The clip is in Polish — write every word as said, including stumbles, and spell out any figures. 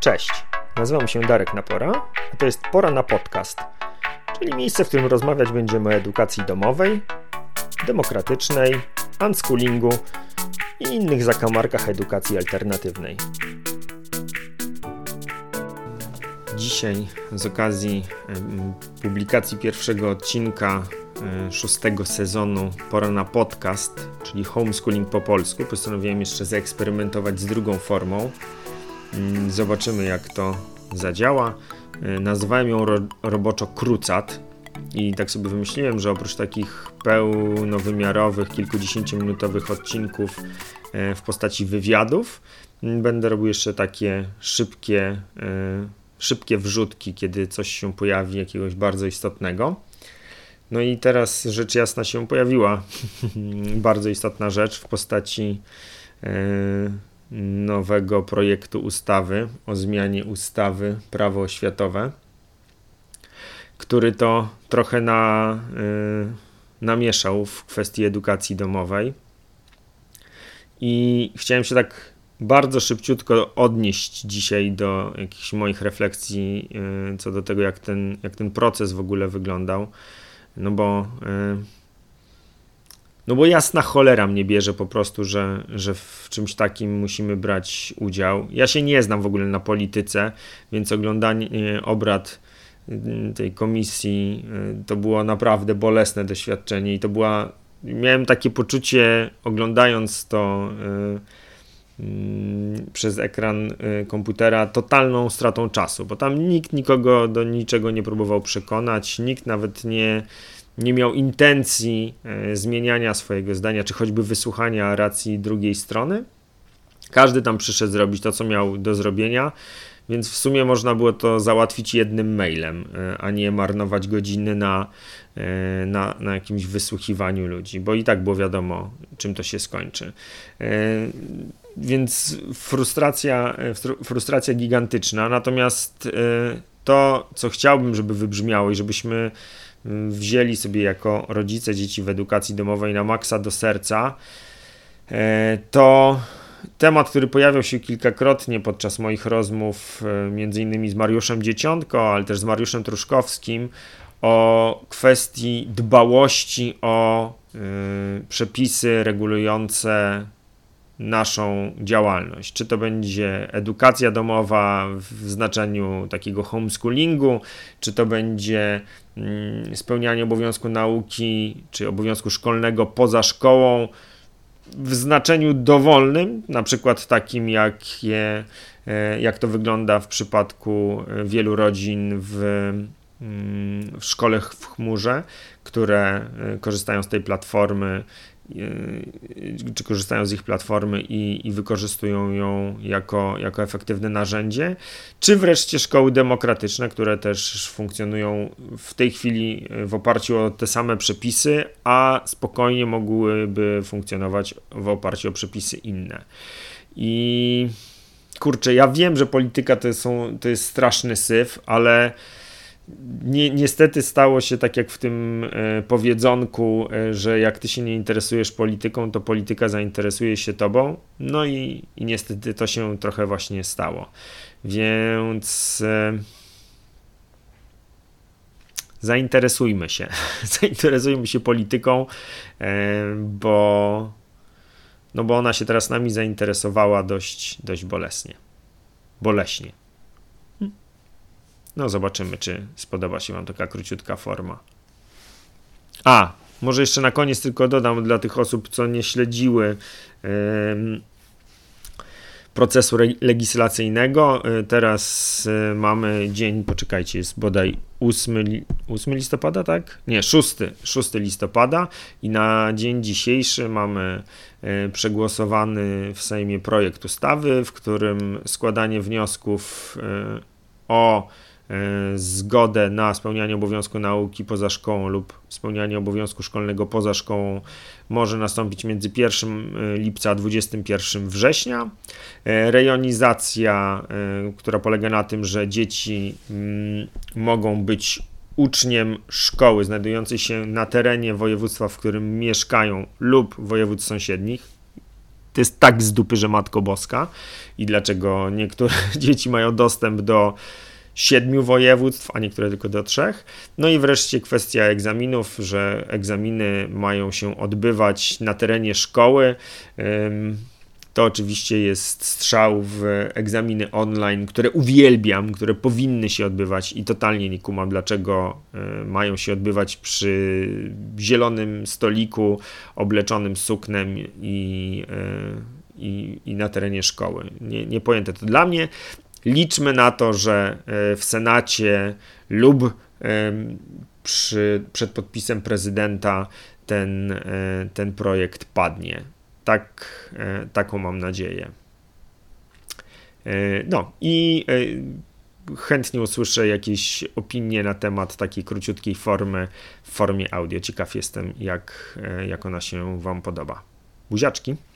Cześć, nazywam się Darek Napora, a to jest Pora na Podcast, czyli miejsce, w którym rozmawiać będziemy o edukacji domowej, demokratycznej, unschoolingu i innych zakamarkach edukacji alternatywnej. Dzisiaj z okazji publikacji pierwszego odcinka szóstego sezonu Pora na Podcast, czyli homeschooling po polsku, postanowiłem jeszcze zaeksperymentować z drugą formą. Zobaczymy, jak to zadziała. Nazwałem ją ro- roboczo Krucat i tak sobie wymyśliłem, że oprócz takich pełnowymiarowych, kilkudziesięciominutowych odcinków w postaci wywiadów, będę robił jeszcze takie szybkie, szybkie wrzutki, kiedy coś się pojawi, jakiegoś bardzo istotnego. No i teraz rzecz jasna się pojawiła bardzo istotna rzecz w postaci nowego projektu ustawy o zmianie ustawy Prawo oświatowe, który to trochę na, y, namieszał w kwestii edukacji domowej. I chciałem się tak bardzo szybciutko odnieść dzisiaj do jakichś moich refleksji y, co do tego, jak ten, jak ten proces w ogóle wyglądał. No bo... Y, No bo jasna cholera mnie bierze po prostu, że, że w czymś takim musimy brać udział. Ja się nie znam w ogóle na polityce, więc oglądanie obrad tej komisji to było naprawdę bolesne doświadczenie i to była, miałem takie poczucie, oglądając to yy, yy, przez ekran yy, komputera, totalną stratą czasu, bo tam nikt nikogo do niczego nie próbował przekonać, nikt nawet nie nie miał intencji e, zmieniania swojego zdania, czy choćby wysłuchania racji drugiej strony. Każdy tam przyszedł zrobić to, co miał do zrobienia, więc w sumie można było to załatwić jednym mailem, e, a nie marnować godziny na, e, na, na jakimś wysłuchiwaniu ludzi, bo i tak było wiadomo, czym to się skończy. E, więc frustracja, frustracja gigantyczna, natomiast e, to, co chciałbym, żeby wybrzmiało i żebyśmy wzięli sobie jako rodzice dzieci w edukacji domowej na maksa do serca, to temat, który pojawiał się kilkakrotnie podczas moich rozmów, między innymi z Mariuszem Dzieciątko, ale też z Mariuszem Truszkowskim, o kwestii dbałości o y, przepisy regulujące naszą działalność. Czy to będzie edukacja domowa w znaczeniu takiego homeschoolingu, czy to będzie mm, spełnianie obowiązku nauki, czy obowiązku szkolnego poza szkołą w znaczeniu dowolnym, na przykład takim, jak, je, jak to wygląda w przypadku wielu rodzin w, w szkole w chmurze, które korzystają z tej platformy, czy korzystają z ich platformy i, i wykorzystują ją jako, jako efektywne narzędzie, czy wreszcie szkoły demokratyczne, które też funkcjonują w tej chwili w oparciu o te same przepisy, a spokojnie mogłyby funkcjonować w oparciu o przepisy inne. I kurczę, ja wiem, że polityka to, są, to jest straszny syf, ale Ni- niestety stało się tak jak w tym e, powiedzonku, e, że jak ty się nie interesujesz polityką, to polityka zainteresuje się tobą. No i, i niestety to się trochę właśnie stało. Więc e, zainteresujmy się. zainteresujmy się polityką, e, bo, no bo ona się teraz nami zainteresowała dość, dość bolesnie. Boleśnie. No zobaczymy, czy spodoba się wam taka króciutka forma. A, może jeszcze na koniec tylko dodam dla tych osób, co nie śledziły yy, procesu re- legislacyjnego. Yy, teraz yy, mamy dzień, poczekajcie, jest bodaj ósmego listopada, tak? Nie, szóstego listopada i na dzień dzisiejszy mamy yy, przegłosowany w Sejmie projekt ustawy, w którym składanie wniosków yy, o zgodę na spełnianie obowiązku nauki poza szkołą lub spełnianie obowiązku szkolnego poza szkołą może nastąpić między pierwszego lipca a dwudziestego pierwszego września. Rejonizacja, która polega na tym, że dzieci mogą być uczniem szkoły znajdującej się na terenie województwa, w którym mieszkają lub województw sąsiednich. to jest tak z dupy, że Matko Boska i dlaczego niektóre dzieci mają dostęp do siedmiu województw, a niektóre tylko do trzech. No i wreszcie kwestia egzaminów, że egzaminy mają się odbywać na terenie szkoły. To oczywiście jest strzał w egzaminy online, które uwielbiam, które powinny się odbywać i totalnie nie kumam, dlaczego mają się odbywać przy zielonym stoliku obleczonym suknem i, i, i na terenie szkoły. Nie, niepojęte to dla mnie. Liczmy na to, że w Senacie lub przy, przed podpisem prezydenta ten, ten projekt padnie. Tak, taką mam nadzieję. No i chętnie usłyszę jakieś opinie na temat takiej króciutkiej formy w formie audio. Ciekaw jestem, jak, jak ona się Wam podoba. Buziaczki.